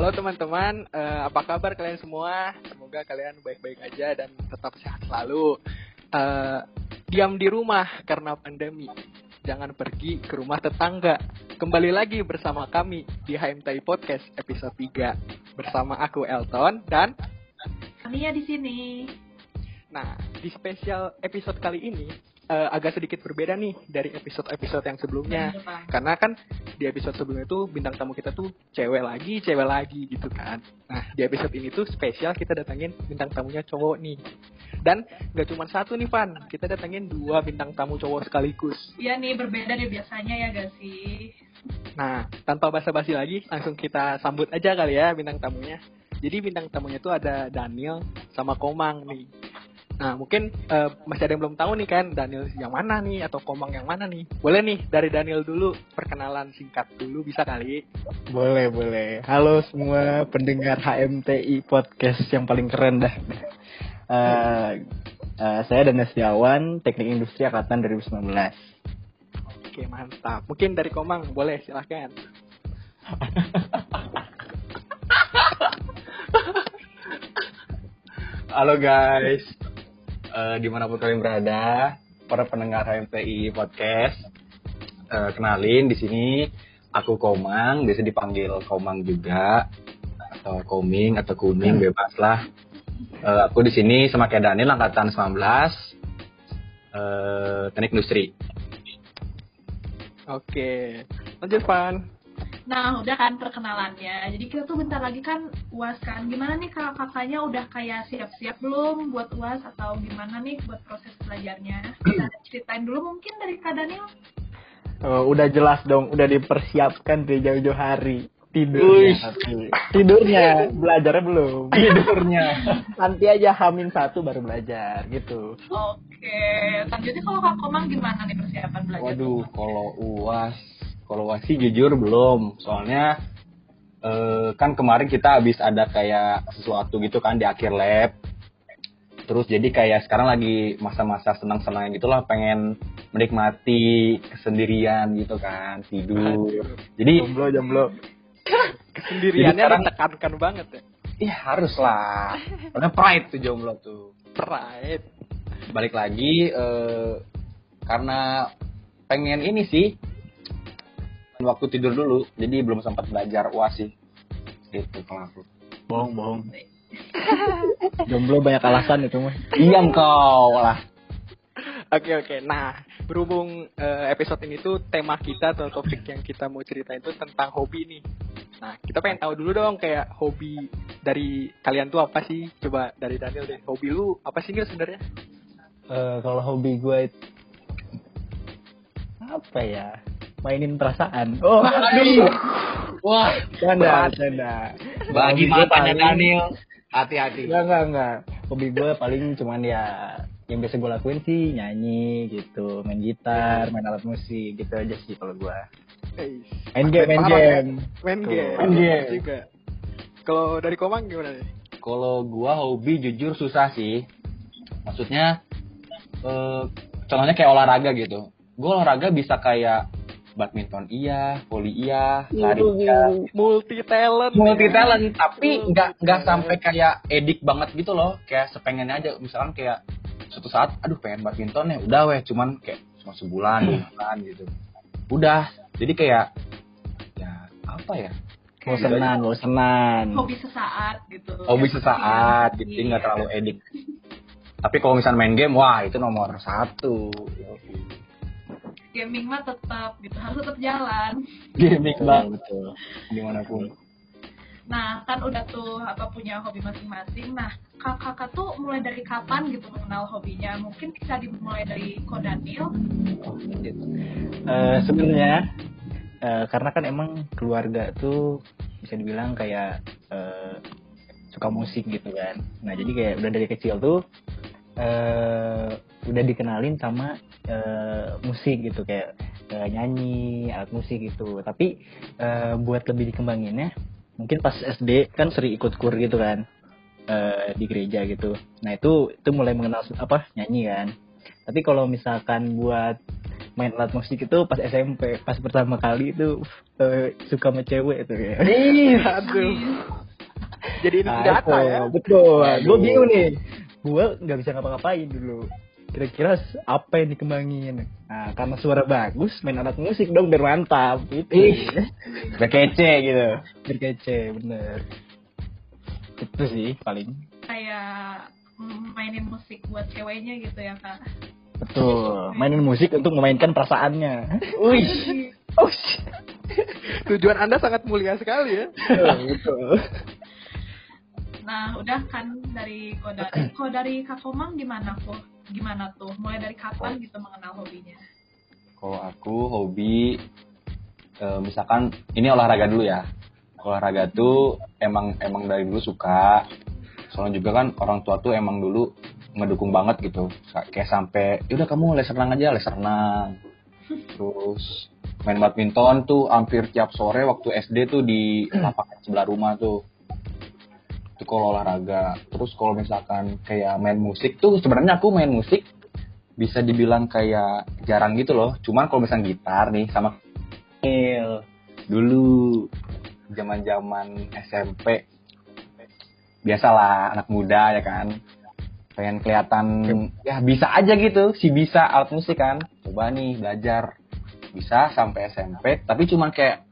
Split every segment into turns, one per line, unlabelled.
Halo teman-teman, apa kabar kalian semua? Semoga kalian baik-baik aja dan tetap sehat selalu. Diam di rumah karena pandemi. Jangan pergi ke rumah tetangga. Kembali lagi bersama kami di HMTI Podcast episode 3 bersama aku Elton dan
Mia di sini.
Nah, di spesial episode kali ini agak sedikit berbeda nih dari episode-episode yang sebelumnya. Karena kan di episode sebelumnya tuh bintang tamu kita tuh cewek lagi gitu kan. Nah, di episode ini tuh spesial kita datangin bintang tamunya cowok nih. Dan gak cuma satu nih Van, kita datangin 2 bintang tamu cowok sekaligus.
Iya nih, berbeda dari biasanya ya gak sih?
Nah, tanpa basa-basi lagi, langsung kita sambut aja kali ya bintang tamunya. Jadi bintang tamunya tuh ada Daniel sama Komang nih. Nah, mungkin masih ada yang belum tahu nih kan, Daniel yang mana nih atau Komang yang mana nih. Boleh nih dari Daniel dulu, perkenalan singkat dulu bisa kali?
Boleh. Halo semua pendengar HMTI Podcast yang paling keren dah. Saya Daniel Setiawan, Teknik Industri Angkatan 2019.
Oke, mantap. Mungkin dari Komang, boleh silahkan.
Halo guys, dimanapun kalian berada, para pendengar HMTI Podcast, kenalin di sini aku Komang, biasa dipanggil Komang juga, atau Koming atau Kuning, bebas lah. Aku di sini sama kayak Daniel angkatan 19, Teknik Industri.
Oke, lanjut Van.
Nah, udah kan perkenalannya. Jadi kita tuh bentar lagi kan UAS kan. Gimana nih kakak-kakaknya udah kayak siap-siap belum buat UAS atau gimana nih buat proses belajarnya? Kita ceritain dulu mungkin dari Kak Daniel.
Udah jelas dong, udah dipersiapkan dari jauh-jauh hari. Tidurnya, belajarnya belum. Tidurnya. Nanti aja H-1 baru belajar gitu.
Oke, lanjutnya kalau Kak Komang gimana nih persiapan belajar?
Waduh, kalau UAS sih jujur belum. Soalnya kan kemarin kita habis ada kayak sesuatu gitu kan di akhir lab. Terus jadi kayak sekarang lagi masa-masa senang-senang gitulah, pengen menikmati kesendirian gitu kan, tidur. Jadi
jomblo.
Kesendiriannya
sekarang
ditekankan banget ya.
Iya harus lah. Karena pride tuh jomblo tuh.
Pride.
Balik lagi karena pengen ini sih waktu tidur dulu, jadi belum sempat belajar UAS sih. Gitu kalau aku.
Bohong. Jomblo banyak alasan itu mah.
Diam kau lah.
Oke. Nah, berhubung episode ini tuh tema kita atau topik yang kita mau ceritain itu tentang hobi nih. Nah, kita pengen tahu dulu dong kayak hobi dari kalian tuh apa sih? Coba dari Daniel deh. Hobi lu apa sih Nil sebenarnya?
Kalau hobi gue apa ya? Mainin perasaan. Oh, aduh.
Wah,
Canda.
bagi matanya Daniel. Hati-hati.
Enggak. Hobi gue paling cuman ya yang biasa gue lakuin sih nyanyi gitu, main gitar, main alat musik gitu aja sih kalau gue. Main game.
Juga. Kalau dari Komang gimana nih?
Kalau gua hobi jujur susah sih. Maksudnya contohnya kayak olahraga gitu. Gua olahraga bisa kayak badminton iya, voli iya, lari iya.
Multi talent,
tapi nggak sampai kayak edik banget gitu loh. Kayak sepengennya aja. Misalkan kayak suatu saat, aduh pengen badminton ya, udah weh, cuman kayak cuma sebulan gitu. Udah, jadi kayak ya apa ya?
Bosenan.
Hobi sesaat gitu.
Gitu, nggak terlalu edik. Tapi kalau misalnya main game, wah itu nomor 1.
Gaming mah tetap gitu, harus tetap jalan.
Gaming banget
betul.
Dimanapun.
Nah, kan udah tuh punya hobi masing-masing. Nah, kakak tuh mulai dari kapan gitu mengenal hobinya? Mungkin bisa dimulai dari Ko Daniel.
Sebenarnya karena kan emang keluarga tuh bisa dibilang kayak suka musik gitu kan. Nah, jadi kayak udah dari kecil tuh udah dikenalin sama musik gitu, kayak nyanyi, alat musik gitu. Tapi buat lebih dikembanginnya, mungkin pas SD kan sering ikut kur gitu kan, di gereja gitu. Nah itu mulai mengenal nyanyi kan. Tapi kalau misalkan buat
main alat musik itu pas SMP, pas pertama kali itu suka sama cewek itu ya.
Aduh. Jadi ini data ya.
Betul. Gue bingung nih. Gue nggak bisa ngapa-ngapain dulu. Kira-kira apa yang dikembangin? Nah, karena suara bagus, main alat musik dong biar mantap gitu.
Biar kece gitu.
Biar kece, bener. Itu sih paling.
Kayak mainin musik buat ceweknya gitu ya kak.
Betul. Mainin musik untuk memainkan perasaannya.
Wih.
Tujuan Anda sangat mulia sekali ya.
Betul.
Nah, udah kan dari Kok dari Kak Komang gimana tuh? Mulai dari kapan gitu mengenal hobinya?
Kalau aku hobi, misalkan ini olahraga dulu ya. Olahraga tuh emang dari dulu suka. Soalnya juga kan orang tua tuh emang dulu ngedukung banget gitu. Kayak sampai, udah kamu les renang aja, les renang. Terus main badminton tuh hampir tiap sore waktu SD tuh di lapangan sebelah rumah tuh. Itu kalau olahraga. Terus kalau misalkan kayak main musik tuh sebenarnya aku main musik bisa dibilang kayak jarang gitu loh. Cuman kalau misalnya gitar nih sama dulu zaman SMP, biasalah anak muda ya kan, pengen kelihatan ya bisa aja gitu, si bisa alat musik kan. Coba nih belajar, bisa sampai SMP, tapi cuman kayak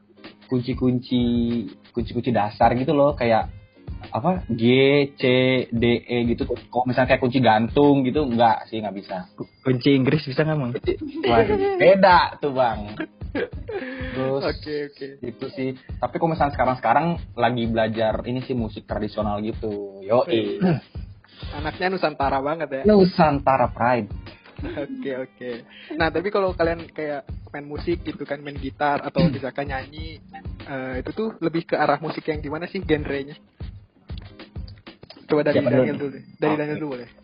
kunci-kunci dasar gitu loh, kayak apa G, C, D, E gitu. Kalau misalnya kayak kunci gantung gitu, nggak bisa.
Kunci Inggris bisa nggak, Mang?
Waduh, beda tuh bang. Terus
Oke.
itu sih. Tapi kalau misalnya sekarang lagi belajar ini sih musik tradisional gitu. Yoi.
Anaknya Nusantara banget ya.
Nusantara Pride.
Oke. Nah, tapi kalau kalian kayak main musik gitu kan, main gitar atau misalkan nyanyi, itu tuh lebih ke arah musik yang gimana sih genrenya? Coba dari Daniel dulu. Daniel dulu boleh.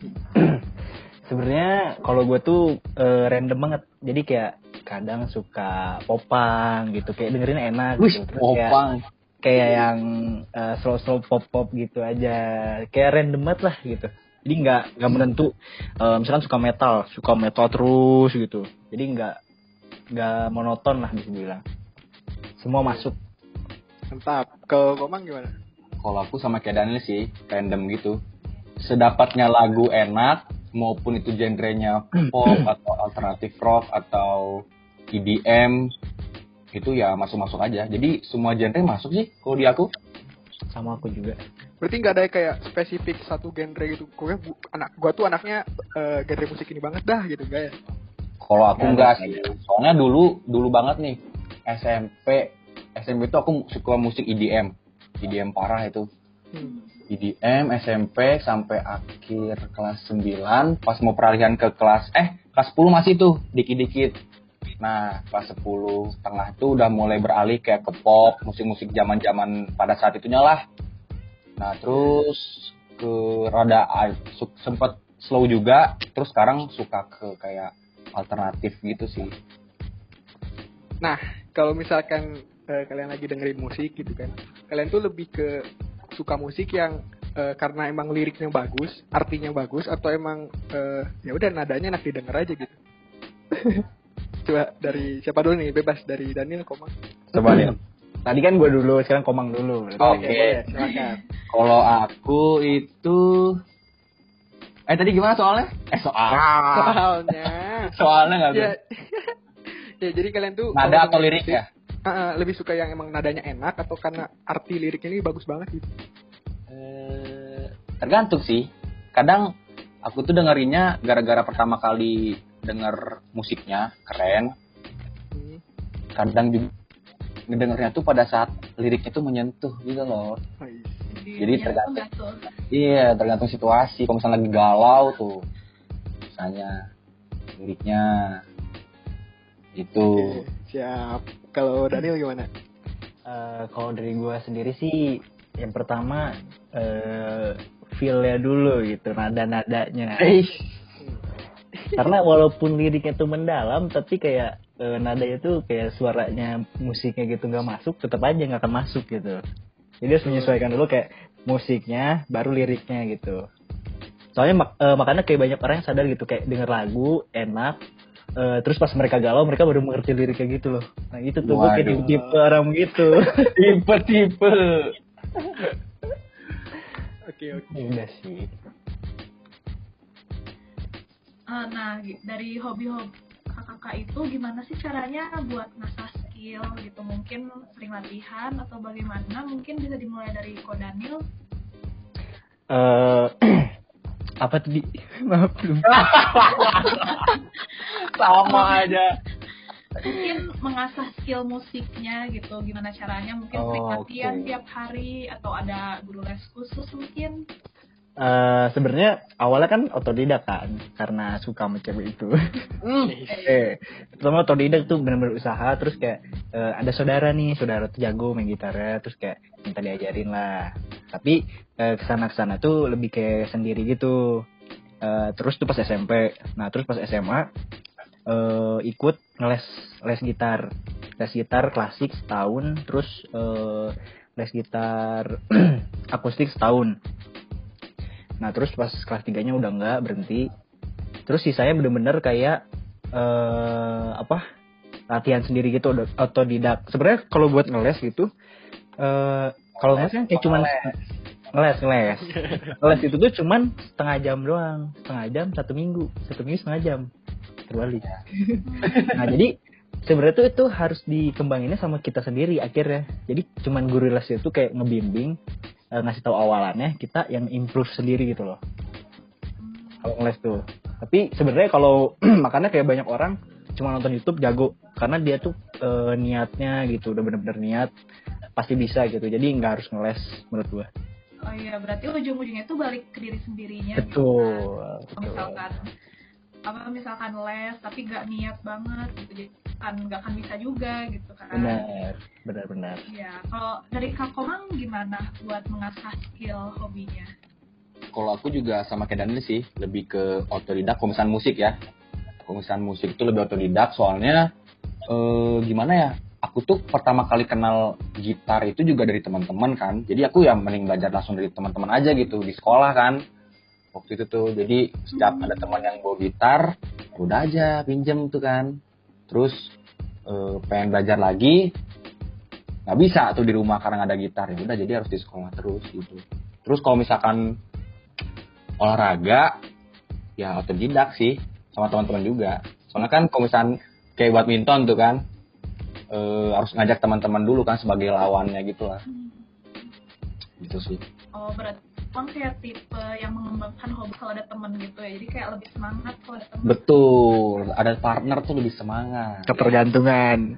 Sebenarnya kalau gue tuh random banget. Jadi kayak kadang suka popang gitu, kayak dengerin enak gitu.
Popang.
Kayak yang slow pop gitu aja. Kayak random banget lah gitu. Jadi nggak menentu. Misalkan suka metal terus gitu. Jadi nggak monoton lah bisa dibilang. Semua masuk.
Mantap. Kalau Komang gimana?
Kalau aku sama kayak Daniel sih, random gitu. Sedapatnya lagu enak, maupun itu genrenya pop atau alternatif rock atau EDM, itu ya masuk-masuk aja. Jadi semua genre masuk sih kalau di aku.
Sama aku juga.
Berarti nggak ada kayak spesifik satu genre gitu. Gua tuh anaknya genre musik ini banget dah gitu, gak ya?
Kalau aku enggak sih. Soalnya dulu banget nih SMP itu aku suka musik EDM parah itu. EDM SMP sampai akhir kelas 9, pas mau peralihan ke kelas 10 masih tuh dikit-dikit. Nah, kelas 10 tengah tuh udah mulai beralih kayak ke pop, musik-musik zaman-zaman pada saat itunya lah. Nah, terus ke rada sempet slow juga, terus sekarang suka ke kayak alternatif gitu sih.
Nah, kalau misalkan kalian lagi dengerin musik gitu kan, kalian tuh lebih ke suka musik yang karena emang liriknya bagus, artinya bagus, atau emang ya udah nadanya enak didengar aja gitu. Coba dari siapa dulu nih? Bebas dari Daniel, Komang.
Coba deh.
Tadi kan gue dulu, sekarang Komang dulu.
Oke, silakan.
Kalau aku itu tadi gimana soalnya? Soalnya nggak bisa.
Ya, jadi kalian tuh
nada atau lirik ya?
Lebih suka yang emang nadanya enak atau karena arti liriknya ini bagus banget gitu?
Tergantung sih. Kadang aku tuh dengerinnya gara-gara pertama kali denger musiknya keren. Kadang juga ngedengernya tuh pada saat liriknya tuh menyentuh gitu loh. Jadi tergantung. Iya, tergantung situasi. Kalau misalnya lagi galau tuh, misalnya liriknya itu.
Oke, siap. Kalau Daniel gimana?
Kalau dari gue sendiri sih, yang pertama feel-nya dulu gitu, nada-nadanya. Karena walaupun liriknya tuh mendalam, tapi kayak nadanya tuh kayak suaranya musiknya gitu nggak masuk, tetap aja nggak akan masuk gitu. Jadi harus menyesuaikan dulu kayak musiknya, baru liriknya gitu. Soalnya makanya kayak banyak orang yang sadar gitu, kayak denger lagu enak, terus pas mereka galau mereka baru mengerti liriknya gitu loh. Nah itu tuh gue kayak
Waduh.
tipe orang gitu.
Tipe-tipe.
Oke.
Ya udah sih.
Nah, dari hobi-hobi kakak itu gimana sih caranya buat ngasah skill gitu? Mungkin sering latihan atau bagaimana? Mungkin bisa dimulai dari Ko Daniel.
Apa tadi? Maaf belum.
Sama aja.
Mungkin mengasah skill musiknya gitu. Gimana caranya? Mungkin sering
Oh,
latihan
oke.
tiap hari atau ada guru les khusus mungkin.
Sebenarnya awalnya kan otodidak kan karena suka sama cewek itu. Pertama otodidak tuh benar-benar usaha terus kayak ada saudara tuh jago main gitarnya terus kayak minta diajarin lah. Tapi kesana tuh lebih kayak sendiri gitu. Terus tuh pas SMP. Nah terus pas SMA ikut les gitar klasik setahun terus les gitar akustik setahun. Nah terus pas kelas 3-nya udah enggak, berhenti. Terus sisanya bener-bener kayak latihan sendiri gitu, otodidak. Sebenarnya kalau buat ngeles gitu, kalau ngeles kan kayak cuman ngeles itu tuh cuman setengah jam doang, setengah jam 1 minggu setengah jam terbalik. Nah jadi sebenarnya tuh itu harus dikembanginnya sama kita sendiri akhirnya. Jadi cuman guru les itu kayak ngebimbing, ngasih tahu awalannya, kita yang improve sendiri gitu loh kalau ngeles tuh. Tapi sebenarnya kalau makanya kayak banyak orang cuma nonton YouTube jago karena dia tuh niatnya gitu, udah bener-bener niat pasti bisa gitu, jadi nggak harus ngeles menurut gua.
Oh iya, berarti ujung-ujungnya itu balik ke diri sendirinya.
Betul,
gitu kan. Misalkan les tapi gak niat banget gitu, jadi kan gak akan bisa juga gitu kan.
Benar.
Ya, kalau dari Kak Komang gimana buat mengasah skill hobinya?
Kalau aku juga sama kayak Daniel sih, lebih ke otodidak. Kalau misalnya musik ya, kalau misalnya musik itu lebih otodidak. Soalnya gimana ya? Aku tuh pertama kali kenal gitar itu juga dari teman-teman kan. Jadi aku ya mending belajar langsung dari teman-teman aja gitu di sekolah kan. Waktu itu tuh, jadi setiap ada teman yang bawa gitar, udah aja pinjem tuh kan. Terus pengen belajar lagi, nggak bisa tuh di rumah karena nggak ada gitar, ya udah jadi harus di sekolah terus gitu. Terus kalau misalkan olahraga, ya otodidak sih sama teman-teman juga. Soalnya kan kalau misalkan kayak badminton tuh kan, harus ngajak teman-teman dulu kan sebagai lawannya gitu lah. Gitu sih.
Oh, berarti Bang kayak tipe yang mengembangkan hobi kalau ada teman gitu ya, jadi kayak lebih semangat kalau ada teman.
Betul, ada partner tuh lebih semangat.
Ketergantungan.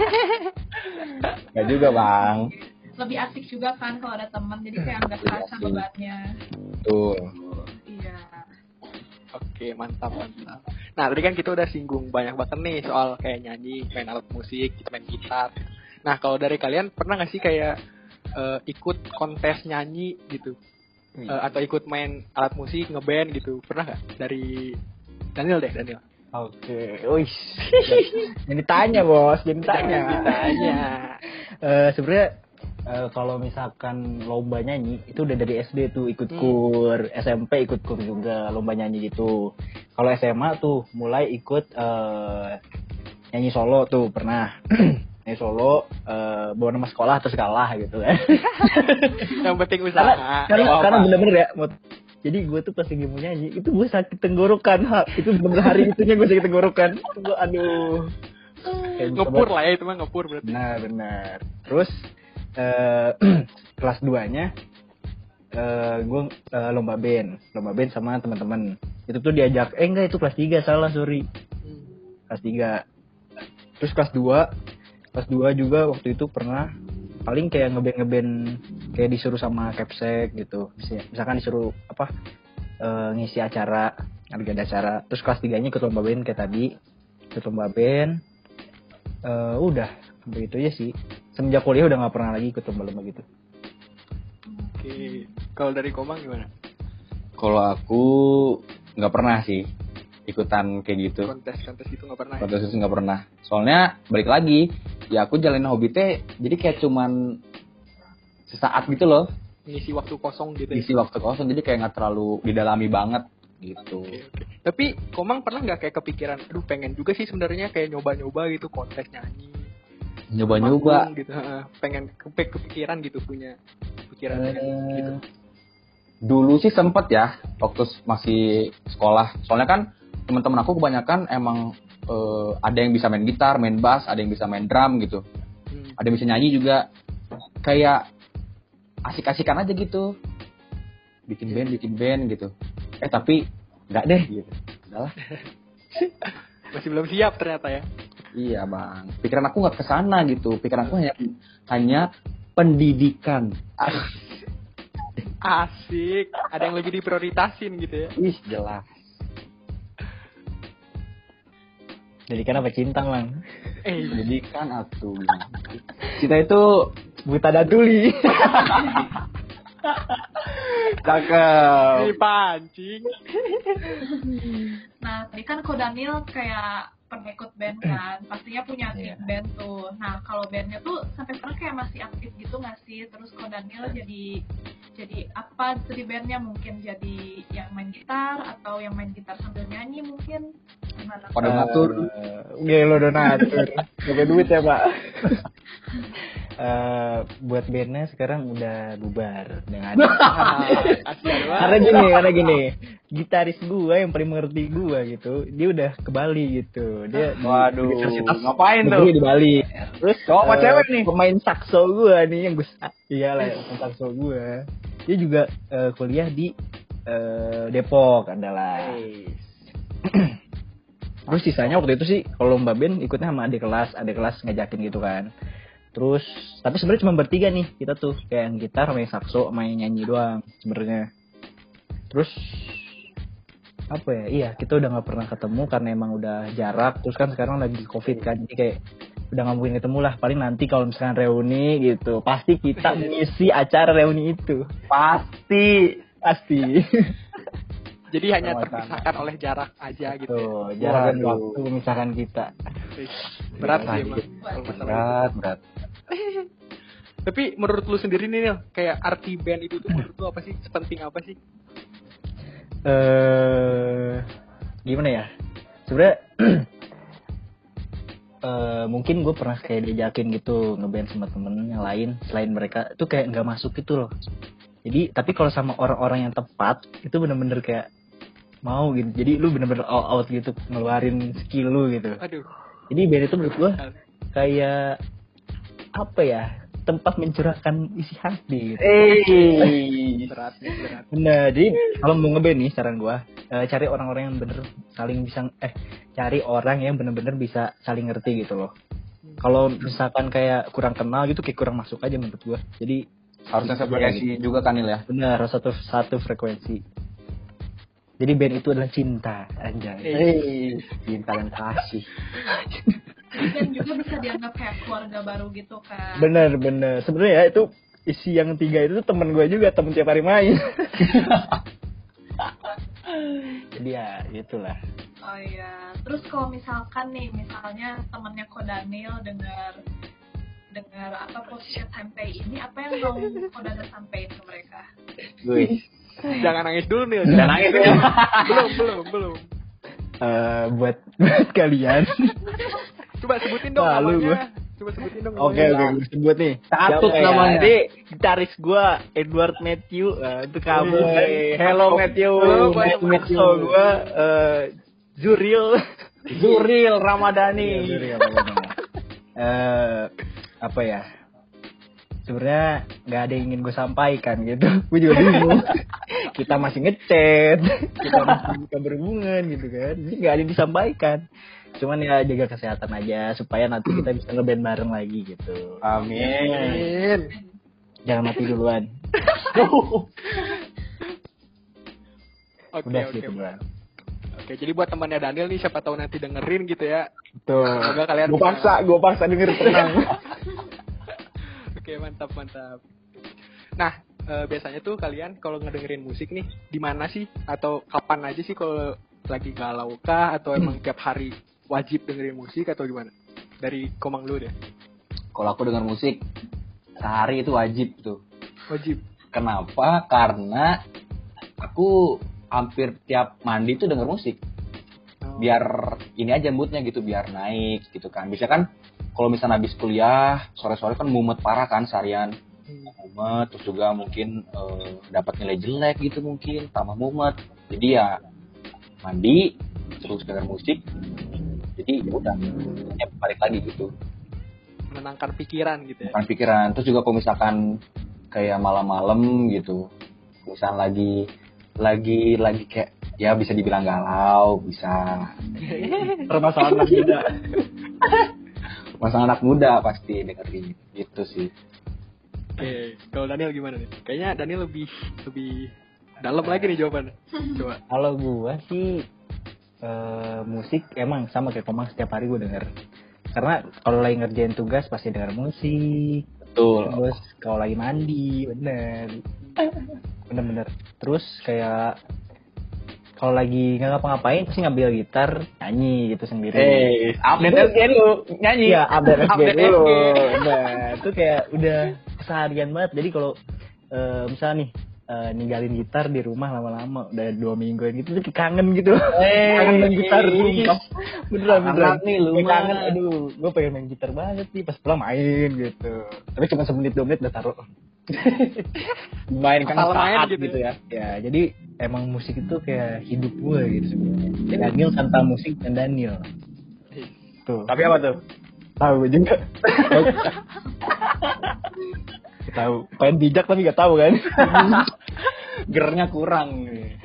Nggak juga bang.
Lebih asik juga kan kalau ada teman, jadi kayak nggak terasa bebannya.
Betul.
Iya.
Oke, mantap. Nah, tadi kan kita udah singgung banyak banget nih soal kayak nyanyi, main alat musik, main gitar. Nah, kalau dari kalian pernah nggak sih kayak ikut kontes nyanyi gitu? Atau ikut main alat musik, ngeband gitu? Pernah nggak? Dari Daniel.
Oke, jadi tanya bos, jadi tanya. Sebenarnya kalau misalkan lomba nyanyi itu udah dari SD tuh ikut kur, SMP ikut kur juga lomba nyanyi gitu. Kalau SMA tuh mulai ikut nyanyi solo tuh pernah. Nyanyi solo bawa nama sekolah terus kalah gitu kan.
Yang penting usaha.
Karena bener-bener ya. Jadi gue tuh pas lagi mau nyanyi itu gue sakit tenggorokan. Itu bener hari itunya gue sakit tenggorokan. Gue aduh.
Ngepur lah ya, itu mah ngepur berarti.
Benar. Terus kelas 2-nya gue lomba band sama teman-teman. Itu tuh diajak enggak, itu kelas 3 salah, sorry. Kelas 3. Terus kelas 2 juga waktu itu pernah paling kayak ngeband kayak disuruh sama Capsek gitu. Misalkan disuruh ngisi acara, ada acara. Terus kelas 3-nya ikut lomba band kayak tadi. Ikut lomba band. Udah sampai itu aja sih. Semenjak kuliah udah nggak pernah lagi ikut lomba-lomba gitu.
Oke, kalau dari Komang gimana?
Kalau aku nggak pernah sih ikutan kayak gitu.
Kontes gitu nggak pernah.
Kontes itu nggak pernah. Soalnya balik lagi, ya aku jalanin hobi teh, jadi kayak cuman sesaat gitu loh.
Ngisi waktu kosong gitu.
Isi waktu kosong, jadi kayak nggak terlalu didalami banget gitu.
Oke. Tapi Komang pernah nggak kayak kepikiran, aduh pengen juga sih sebenarnya kayak nyoba-nyoba gitu kontes nyanyi,
Nyoba-nyoba.
manggung gitu, pengen kepikiran gitu punya pikiran pengen gitu.
Dulu sih sempet ya waktu masih sekolah. Soalnya kan teman-teman aku kebanyakan emang ada yang bisa main gitar, main bass, ada yang bisa main drum gitu. Ada yang bisa nyanyi juga. Kayak asik-asikan aja gitu. Bikin band gitu. Tapi enggak deh gitu. Udahlah.
Masih belum siap ternyata ya.
Iya, Bang. Pikiran aku enggak ke sana gitu. Pikiran aku hanya pendidikan.
Asik, ada yang lebih diprioritasin gitu ya.
Ih, jelas.
Jadi kan apa cinta, Mang?
Pendidikan atuh.
Cinta itu buta dan tuli. Cakep.
Dipancing.
Nah, tadi kan Ko Daniel kayak pernah ikut band kan, pastinya punya tim band tuh. Nah, kalau bandnya tuh sampai sekarang kayak masih aktif gitu nggak sih? Terus Ko Daniel jadi apa tuh di bandnya? Mungkin jadi yang main gitar atau yang main gitar sambil nyanyi mungkin? Gimana?
Pada ngatur.
Gelo donatur. Pakai duit ya, Pak. Buat bandnya sekarang udah bubar dengan karena gini gitaris gua yang paling mengerti gua gitu, dia udah ke Bali gitu, dia
Ngapain tuh?
di Bali. Terus
Cowok apa cewek nih?
pemain sakso gua nih yang iyalah pemain sakso gua, dia juga kuliah di Depok adalah. Terus sisanya waktu itu sih kalau lomba band ikutnya sama adik kelas ngajakin gitu kan. Terus tapi sebenarnya cuma bertiga nih kita tuh, kayak yang gitar, main sakso, main nyanyi doang sebenarnya. Terus apa ya? Iya, kita udah nggak pernah ketemu karena emang udah jarak. Terus kan sekarang lagi COVID kan, jadi kayak udah nggak mungkin ketemu lah. Paling nanti kalau misalkan reuni gitu, pasti kita mengisi acara reuni itu. Pasti.
Jadi hanya terpisahkan oleh jarak aja gitu.
Tuh, jarak dan waktu memisahkan kita.
Berat sih emang.
Berat.
Tapi menurut lu sendiri nih Nil, kayak arti band itu tuh menurut lu apa sih? Sepenting apa sih?
Gimana ya? Sebenarnya mungkin gue pernah kayak diajakin gitu ngeband sama temen yang lain selain mereka, itu kayak nggak masuk gitu loh. Jadi tapi kalau sama orang-orang yang tepat itu bener-bener kayak mau gitu. Jadi lu bener-bener all out gitu, ngeluarin skill lu gitu.
Aduh.
Jadi band itu menurut gue kayak apa ya, tempat mencurahkan isi hati gitu.
Berat.
Bener, jadi kalau mau ngeband nih saran gue, cari orang-orang yang bener saling bisa cari orang yang bener-bener bisa saling ngerti gitu loh. Kalau misalkan kayak kurang kenal gitu, kayak kurang masuk aja menurut gue. Jadi
Harusnya frekuensi juga kan ya.
bener, harus satu frekuensi. Jadi band itu adalah cinta, anjay. Cinta dan kasih.
Dan juga bisa dianggap kayak keluarga baru gitu kan.
Bener. Sebenarnya ya itu isi yang 3 itu tuh temen gue juga, temen tiap hari main. Jadi ya gitulah.
Oh iya. Terus kalau misalkan nih, misalnya temennya Ko Daniel dengar apa posisi sampai ini, apa yang mau Ko Daniel sampaikan ke mereka?
Jangan nangis dulu Nil. Jangan nangis dulu. belum.
Buat kalian.
Coba sebutin dong namanya. Coba sebutin dong.
Oke, gue sebut nih. Satu namanya. Jadi gitaris gue Edward Matthew, itu kamu. Hello Matthew. Matthew gue Zuril Ramadhani. Apa ya? Sebenarnya nggak ada yang ingin gue sampaikan gitu. Gue juga bingung. Kita masih ngechat, kita masih bukan berhubungan gitu kan. Jadi nggak ada yang disampaikan. Cuman ya jaga kesehatan aja supaya nanti kita bisa ngeband bareng lagi gitu.
Amin.
Jangan mati duluan.
Oke. Oke, jadi buat temannya Daniel nih, siapa tahu nanti dengerin gitu ya.
Tuh.
Semoga kalian
Gue paksa denger, tenang.
Oke, mantap. Nah, biasanya tuh kalian kalau ngedengerin musik nih di mana sih atau kapan aja sih, kalau lagi galau kah atau emang tiap hari wajib dengerin musik atau gimana? Dari Komang dulu deh.
Kalau aku denger musik sehari itu wajib tuh.
Wajib.
Kenapa? Karena aku hampir tiap mandi tuh denger musik. Biar ini aja moodnya gitu, biar naik gitu kan. Biasanya kan kalau misalnya habis kuliah sore-sore kan mumet parah kan seharian, mumet, terus juga mungkin dapat nilai jelek gitu, mungkin tambah mumet. Jadi ya mandi terus denger musik, jadi udah balik lagi gitu,
menenangkan pikiran gitu ya.
bukan pikiran. Terus juga kalau misalkan kayak malam-malam gitu, misalnya lagi kayak ya bisa dibilang galau, bisa
Permasalahan anak muda.
masalah anak muda pasti dengerin gitu sih.
Oke, kalau Daniel gimana nih? Kayaknya Daniel lebih dalam lagi nih jawabannya. Coba.
Kalau gua sih musik emang sama kayak Komang, setiap hari gua denger. Karena kalau lagi ngerjain tugas pasti denger musik.
Betul.
Terus kalau lagi mandi, bener. Terus kayak kalau lagi nggak ngapa-ngapain pasti ngambil gitar nyanyi gitu sendiri.
Update SG lu nyanyi.
Iya, update SG
Update
dulu.
SG.
Nah, itu kayak udah keseharian banget. Jadi kalau misalnya nih ninggalin gitar di rumah lama-lama udah 2 mingguan gitu tuh kangen gitu. Kangen main gitar sumpah. Beneran.
Anak nih lu
Kayak
mah.
kangen, aduh, gue pengen main gitar banget nih, pas pulang main gitu. Tapi cuma semenit 2 menit udah taruh.
Main kan
Asal main
saat
gitu
gitu ya.
Ya, jadi emang musik itu kayak hidup gue gitu sebenarnya. Daniel tanpa musik dan Daniel. Tuh.
Tapi apa tuh?
Tahu juga. Tahu. Pengen bijak tapi nggak tahu kan.
Gernya kurang.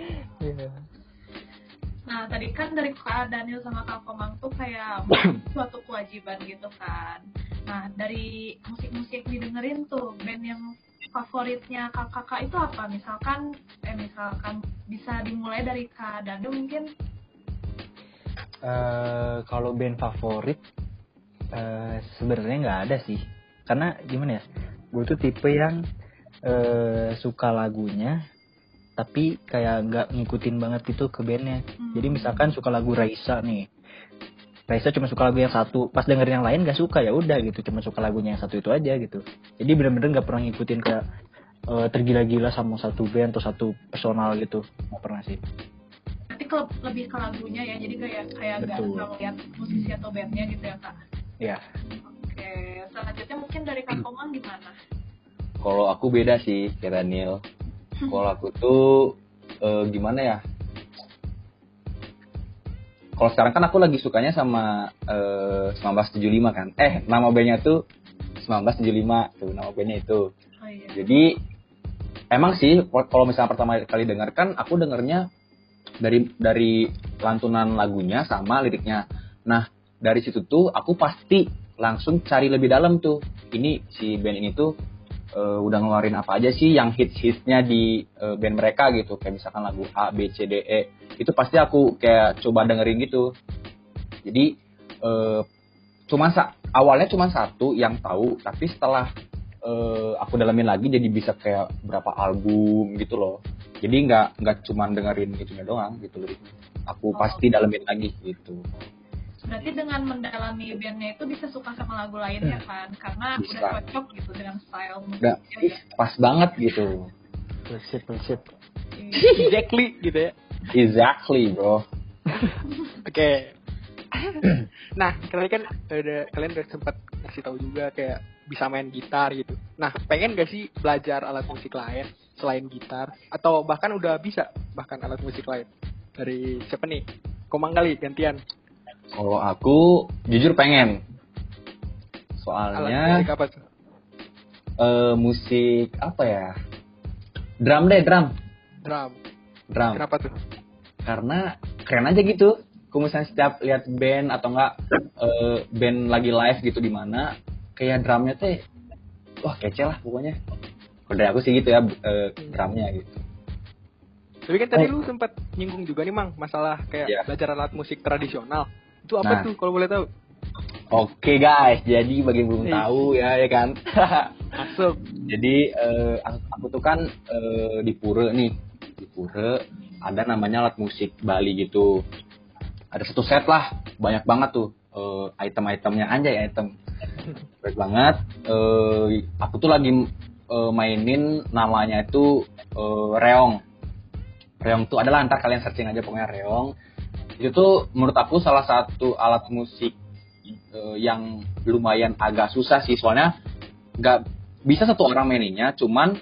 Nah, tadi kan dari Kak Daniel sama Kak Komang tuh kayak suatu kewajiban gitu kan. Nah, dari musik-musik didengerin tuh, band yang favoritnya kakak itu apa? Misalkan bisa dimulai dari Kak Daniel mungkin.
Kalau band favorit sebenarnya nggak ada sih. Karena gimana ya? Gue tuh tipe yang suka lagunya tapi kayak nggak ngikutin banget gitu ke bandnya. Jadi misalkan suka lagu Raisa nih, Raisa cuma suka lagu yang satu, pas dengerin yang lain nggak suka, ya udah gitu, cuma suka lagunya yang satu itu aja gitu. Jadi bener-bener nggak pernah ngikutin kayak tergila-gila sama satu band atau satu personal gitu, nggak pernah sih.
Nanti lebih ke lagunya ya, jadi kayak nggak
Betul.
ngeliat musisi atau bandnya gitu ya Kak.
Ya.
Oke, selanjutnya mungkin dari Kak Komang gimana?
Kalau aku beda sih kayak Daniel. Kalau aku tuh gimana ya? Kalau sekarang kan aku lagi sukanya sama 1975 kan. Nama bandnya tuh 1975 tuh, nama bandnya itu.
Oh iya.
Jadi emang sih kalau misalnya pertama kali denger kan aku dengernya dari lantunan lagunya sama liriknya. Nah, dari situ tuh aku pasti langsung cari lebih dalam tuh. Ini si band ini tuh udah ngeluarin apa aja sih yang hits-hitsnya di band mereka gitu. Kayak misalkan lagu A, B, C, D, E. Itu pasti aku kayak coba dengerin gitu. Jadi awalnya cuma satu yang tahu, tapi setelah aku dalamin lagi jadi bisa kayak berapa album gitu loh. Jadi nggak cuma dengerin itunya doang gitu loh. Aku pasti dalamin lagi gitu.
Berarti dengan mendalami bandnya itu bisa suka sama lagu lainnya kan, karena
Bisa.
udah cocok gitu dengan style
Udah
musiknya ya.
pas banget gitu.
Bullshit.
Exactly gitu ya.
Exactly bro.
Oke. Nah, kalian udah sempat ngasih tahu juga kayak bisa main gitar gitu. Nah, pengen gak sih belajar alat musik lain selain gitar? Atau bahkan udah bisa bahkan alat musik lain? Dari siapa nih? Komang kali gantian.
Kalau aku jujur pengen.
Alat
Soalnya
musik apa tuh?
musik apa ya? Drum.
Drum.
Drum.
Kenapa tuh?
Karena keren aja gitu. Kalau misalnya setiap lihat band atau enggak band lagi live gitu di mana, kayak drumnya tuh wah kece lah pokoknya. Kalau dari aku sih gitu ya, drumnya gitu.
Tapi kan tadi lu sempat nyinggung juga nih Mang, masalah kayak
Iya.
belajar alat musik tradisional. Itu apa
Nah.
tuh kalau boleh tahu?
Oke guys, jadi bagi yang belum tahu ya kan.
Masuk.
Jadi aku tuh kan di Pura nih. Di Pura ada namanya alat musik Bali gitu. Ada satu set lah, banyak banget tuh item-itemnya, anjay item. Banyak banget. Aku tuh lagi mainin namanya itu reong. Reong tuh adalah, ntar kalian searching aja pokoknya reong. Itu tuh menurut aku salah satu alat musik yang lumayan agak susah sih, soalnya nggak bisa satu orang maininnya, cuman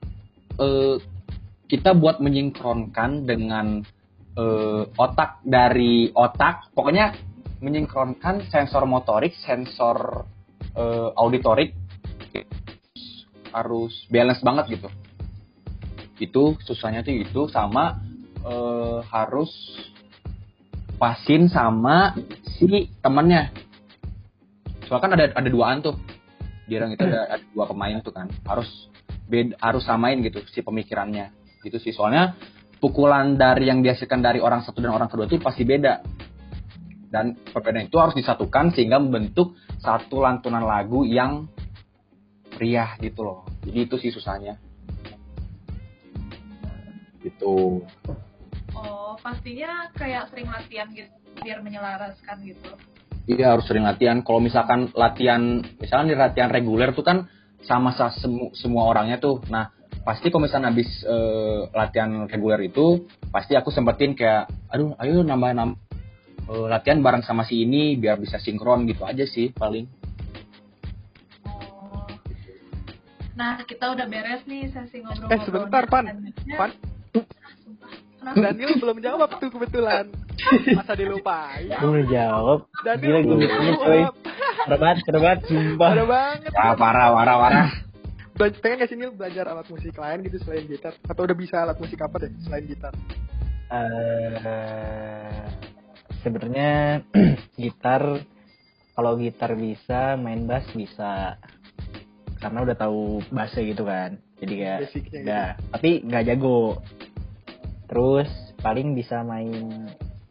kita buat menyinkronkan dengan otak dari otak, pokoknya menyinkronkan sensor motorik, sensor auditorik harus balance banget gitu. Itu susahnya tuh itu, sama harus pasin sama si temennya. Soalnya kan ada duaan tuh. Di orang itu ada dua pemain tuh kan. Harus samain gitu si pemikirannya. Gitu sih. Soalnya pukulan dari yang dihasilkan dari orang satu dan orang kedua itu pasti beda. Dan perbedaan itu harus disatukan sehingga membentuk satu lantunan lagu yang meriah gitu loh. Jadi itu sih susahnya. Gitu.
Oh, pastinya kayak sering latihan gitu biar menyelaraskan gitu.
Iya, harus sering latihan. Kalau misalkan misalkan di latihan reguler tuh kan sama semua orangnya tuh. Nah, pasti kalau misalkan habis latihan reguler itu, pasti aku sempetin kayak, ayo nambah latihan bareng sama si ini biar bisa sinkron gitu aja sih paling.
Oh. Nah, kita udah beres nih sesi ngobrol-ngobrol.
Sebentar, Pan.
Kenapa?
Daniel belum jawab tuh kebetulan. Masa dilupain?
Gue udah jawab.
Daniel
Gila, gue
belum
mikirnya coy.
jawab.
Parah sumpah.
Parah banget.
Parah.
Pengen gak sih Nil belajar alat musik lain gitu selain gitar? Atau udah bisa alat musik apa deh selain gitar?
Sebenarnya gitar, kalau gitar bisa, main bass bisa. Karena udah tahu bassnya gitu kan. Jadi kayak
Basicnya
udah, tapi nggak jago. Terus paling bisa main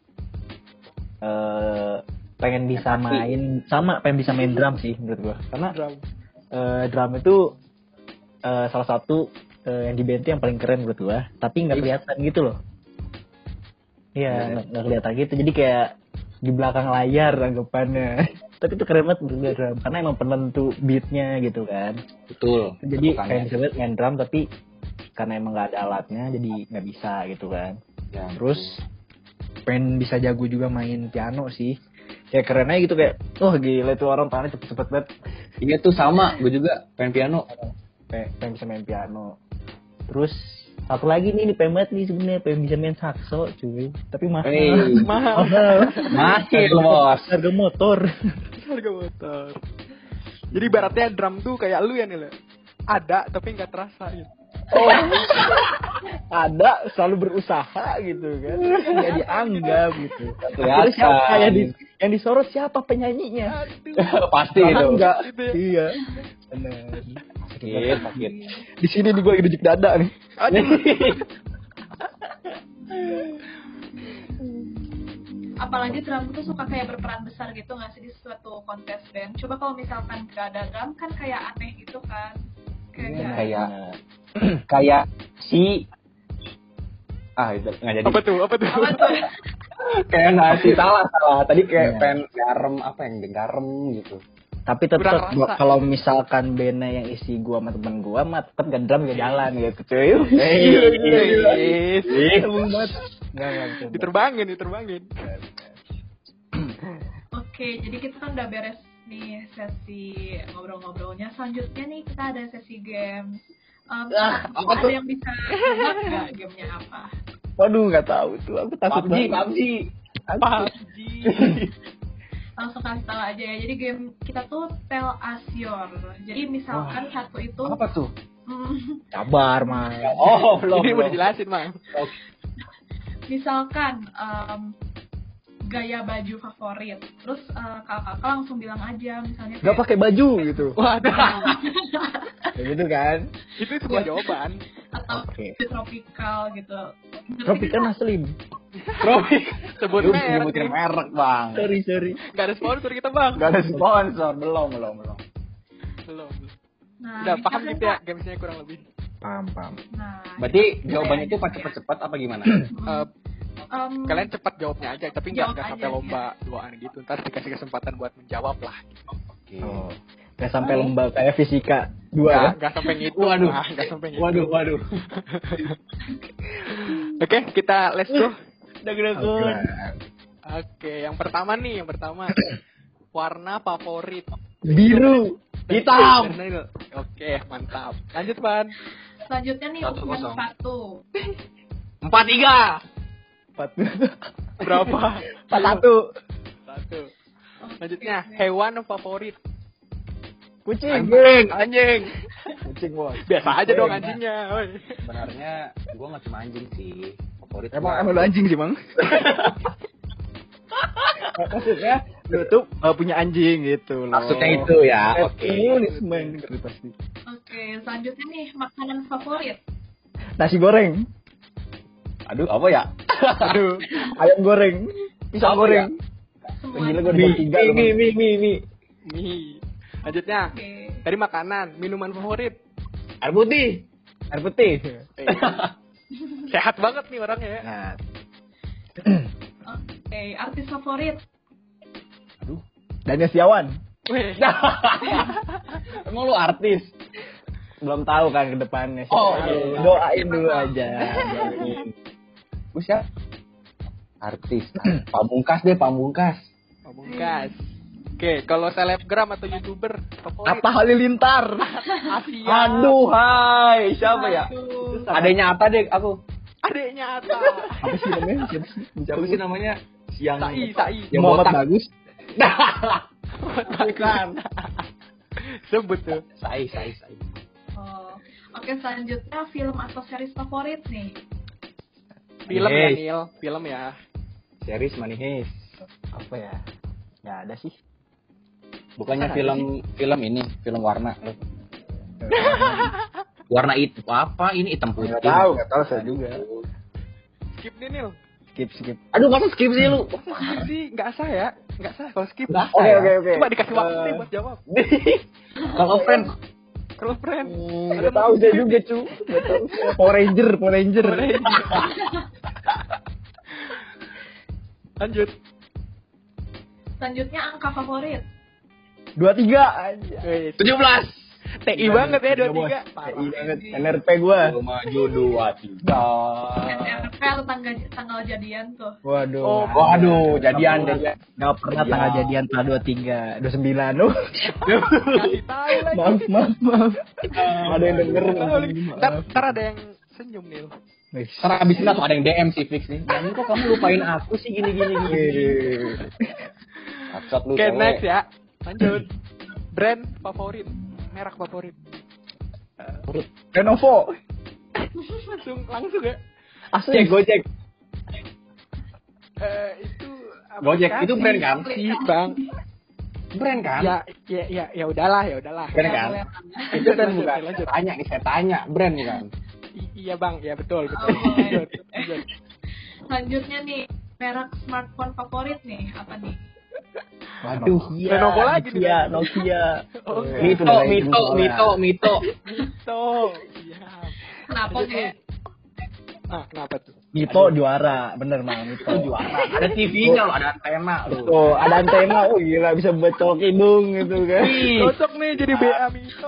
pengen bisa main drum sih menurut gua. Karena
Drum.
drum itu salah satu yang di band itu yang paling keren menurut gua, tapi nggak kelihatan gitu loh. Iya, nggak kelihatan gitu. Jadi kayak di belakang layar anggapannya. Tapi itu keren banget menurut gua drum, karena emang penentu beatnya gitu kan.
Betul.
Jadi kayak bisa banget main drum, tapi karena emang nggak ada alatnya jadi nggak bisa gitu kan.
Ya,
terus pengen bisa jago juga main piano sih, kayak keren aja gitu, kayak gila tuh orang tangannya cepet banget.
Iya tuh sama, gue juga pengen piano.
Pengen bisa main piano. Terus satu lagi nih pengen banget nih sebenarnya, pengen bisa main sakso cuy, tapi mahal.
Masih bos.
Harga motor.
Jadi ibaratnya drum tuh kayak lu ya Nil, ada tapi nggak terasa gitu.
Ada, selalu berusaha gitu kan, nggak dianggap gitu.
Terus
siapa yang disorot, siapa penyanyinya?
Pasti itu.
Enggak. Iya. Benar.
Sakit.
Di sini nih gue lagi dejek dada nih.
Apalagi drum tuh suka kayak berperan besar gitu nggak sih di suatu kontes band. Coba kalau misalkan gak ada drum kan kayak aneh gitu kan.
Kayak si itu nggak jadi.
Apa tuh?
Kayak nasi salah. Tadi kayak pengen garam garam gitu.
Tapi tetap kalau misalkan bandnya yang isi gua sama temen gua mah tetap gak drum gak jalan gitu cuy. Nggak
Diterbangin.
Oke, jadi kita kan udah beres nih sesi ngobrol-ngobrolnya. Selanjutnya nih kita ada sesi game. Ada yang bisa tebak nggak gamenya apa?
Waduh, nggak tahu tuh, aku takut
PUBG.
Langsung kasih tahu aja ya. Jadi game kita tuh Tell Us Your. Jadi misalkan satu itu
apa tuh?
Sabar, Mang.
Belum. Ini udah dijelasin, Mang.
Misalkan gaya baju favorit, terus kakak langsung bilang aja misalnya
nggak pakai baju gitu.
Waduh.
Kayak gitu kan?
Itu sebuah jawaban.
Atau tropical gitu.
Tropical Naslim.
Sebut merek.
Merek bang.
Sorry.
Gak ada sponsor kita bang.
Gak ada sponsor, belum.
Nah,
udah paham gitu ya gamesnya kurang lebih.
Paham.
Nah,
berarti jawabannya itu cepat apa gimana?
Kalian cepat jawabnya aja, tapi nggak sampai lomba
ya.
duaan gitu. Ntar dikasih kesempatan buat menjawab lah.
Oke.
Nggak sampai lomba kayak fisika 2 ya?
Nggak sampai gitu.
Waduh.
Nggak sampai gitu.
Waduh.
Oke, kita let's go.
Deg-degan.
Oke, yang pertama. Warna favorit.
Biru.
Hitam.
Oke, mantap. Lanjut, Ban.
Selanjutnya nih,
1-0.
yang 1.
4-3.
Berapa?
1.
1. Selanjutnya, hewan favorit.
Kucing.
Anjing.
Kucing, Bos.
Biasa aja dong anjingnya. Woi.
Sebenarnya gue nggak cuma anjing sih. Favorit
Emang lu anjing sih, Bang? Maksudnya lu tuh punya anjing gitu loh.
Maksudnya itu ya. Oke.
Nulismen ngerti pasti.
Oke, selanjutnya nih, makanan favorit.
Nasi goreng.
Aduh, apa ya?
Aduh, ayam goreng. Pisang
Apa
goreng.
Semuanya.
Gila gue udah 3 loh.
Mie.
Mie. Lanjutnya,
Oke.
dari makanan, minuman favorit.
Air putih.
Air putih.
Sehat banget nih orangnya ya.
Nah,
Oke, artis favorit.
Daniel Setiawan.
Weh.
Emang lu artis?
Belum tahu kan ke depannya.
Oh,
Aduh,
iya.
doain dulu aja.
Gus ya? Artis. Pamungkas deh, Pamungkas.
Pamungkas. Oke, kalau selebgram atau YouTuber favorit.
Apa Halilintar?
Asia.
Aduh, hai. Siapa ya?
Aduh.
Adanya Ata deh aku.
Adeknya Ata.
Apa sih namanya?
Siapa sih namanya? Yang
Sai.
yang
Muhammad
botak.
Bagus.
Bukan. Sebut tuh.
Sai.
Oh. Oke, selanjutnya film atau series favorit nih.
Film ya,
Yes.
Nil. Film ya.
Series Money Heist.
Apa ya? Nggak ada sih.
Bukannya
Ada
film ini, film warna. Warna itu apa? Ini hitam putih.
Nggak tahu saya juga.
Skip nih, Nil.
Skip.
Aduh, masa skip sih lu?
Skip sih, nggak sah ya. Nggak sah kalau skip.
Nggak
Oke,
ya?
oke.
Coba dikasih waktu nih buat jawab.
Kalau friends,
Kalau friend.
Nggak tahu saya juga, cu. Nggak tahu. Power Ranger.
Lanjut.
Selanjutnya angka favorit.
23 aja.
Wih,
17.
TI banget ya 23.
TI
Parah.
banget. NRP gua.
Maju 23.
NRP atau tanggal jadian tuh.
Waduh.
Oh,
Waduh, jadian deh.
Nggak pernah tanggal jadian setelah 23, 29.
Kasih tahu lagi.
Maaf. Ada yang denger.
Ntar ada yang senyum, Nil.
Karena abis ini langsung ada yang DM sih fix nih. Dan kok kamu lupain aku sih gini. Acot lu.
Oke,
cewek.
next ya. Lanjut. Brand favorit, merek favorit.
Lenovo.
langsung ya.
Asli.
Gojek.
Itu
Gojek itu brand kan?
sih, Bang.
Brand kan?
Ya udahlah.
Brand kan? Itu kan
Lanjut,
bukan.
lanjut.
Saya tanya brand kan?
Iya, Bang. Ya betul.
boleh.
Lanjut.
Selanjutnya nih, merek smartphone favorit nih, apa nih?
Waduh.
Lenovo lagi nih.
Nokia.
Oh,
Mito.
Tuh. Siap.
Kenapa
Lanjut
sih?
nih. Ah, kenapa tuh?
Mito juara, bener Mang. Mito juara.
Ada TV-nya loh, ada antena loh.
Tuh, ada antena. Oh gila, bisa buat colok hidung gitu kan.
Cocok nih jadi BA Mito.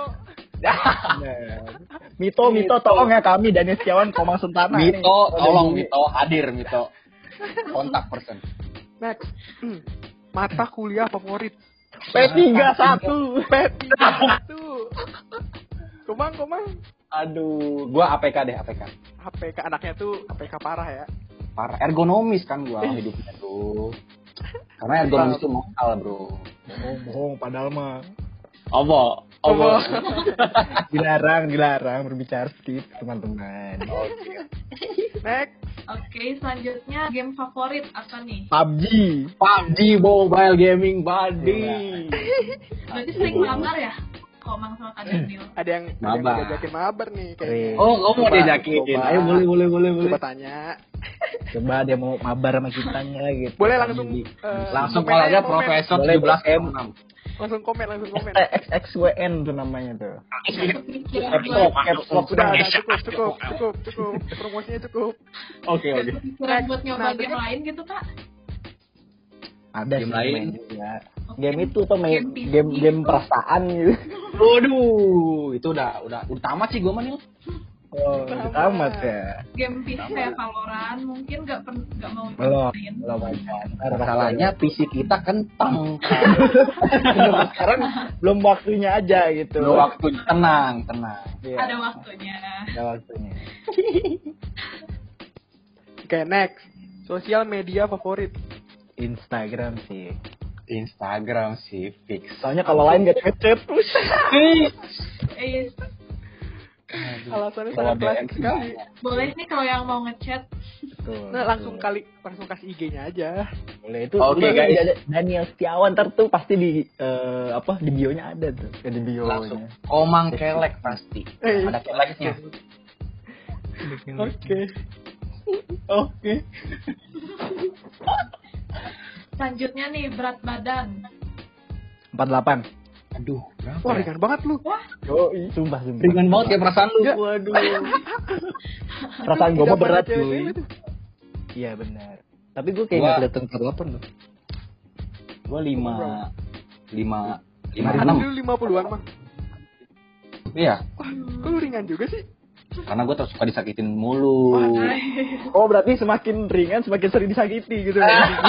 Mito, tolong ya kami Daniel Setiawan, Komang Sentana.
Mito, tolong Mito, hadir Mito. Kontak person.
Next. Mata kuliah favorit.
P31.
P31. Komang.
Aduh, gua APK deh, APK.
APK anaknya tuh APK parah ya.
Parah, ergonomis kan gua hidupnya tuh. Karena ergonomis itu mahal, bro.
Bohong, padahal mah
Apa?
dilarang berbicara seperti itu, teman-teman.
Next.
Oke, selanjutnya game favorit apa nih?
PUBG.
Mobile Gaming Buddy.
Berarti sering mabar ya? Komang sama Kak Daniel.
Ada yang
Mabar.
ngajakin mabar nih kayaknya.
Keren.
Oh, kamu mau diajakin?
Coba.
Ayo boleh.
Coba tanya.
Coba dia mau mabar sama kitanya gitu.
Boleh langsung
Langsung
komen
kalau
aja,
aja
komen.
Profesor
Boleh,
17M.
Langsung komen.
XXWN tuh namanya tuh.
Kepikiran
Caps lock.
Udah, cukup. Promosinya cukup.
Oke.
kepikiran buat nyoba
Nah,
game lain gitu, Kak?
Ada
Game
sih
lain.
main juga. Game itu tuh main
Game PC
game
gitu.
perasaan gitu.
Waduh, itu udah tamat sih gua mah nih.
Oh, udah tamat ya.
Game PC kayak Valorant mungkin nggak mau
Belum,
main.
belum aja.
Masalahnya PC kita kentang.
Sekarang belum waktunya aja gitu.
Lu waktu tenang.
Iya,
Ada waktunya.
ada waktunya.
Oke, next. Sosial media favorit.
Instagram sih.
Instagram sih fix.
Soalnya kalau lain gak chat terus.
Eh,
Alasannya
Kalau
sangat klasik
DM sih
sekali.
banyak.
boleh nih kalau yang mau ngechat.
Betul,
Nah, langsung
betul.
kasih IG-nya aja.
Boleh itu.
Oke,
udah,
guys.
ada Daniel Setiawan ntar tuh pasti di di bio-nya ada tuh. Di
Langsung
bio-nya.
Komang Kelek pasti. Ada keleknya.
Oke.
Selanjutnya nih berat badan.
48.
Aduh, berapa
Wah,
ya?
ringan banget lu.
Oh, sumpah.
Ringan banget ya perasaan lu.
Waduh. Perasaan gue mah berat
Cewek-cewek
cuy.
tuh.
Iya benar. Tapi gue kayak
Gua-
nggak kelihatan 48 loh.
Gua 5
Lu 50-an mah.
Iya,
Wah, kok lu ringan juga sih?
karena gue suka disakitin mulu.
Oh berarti semakin ringan semakin sering disakiti gitu.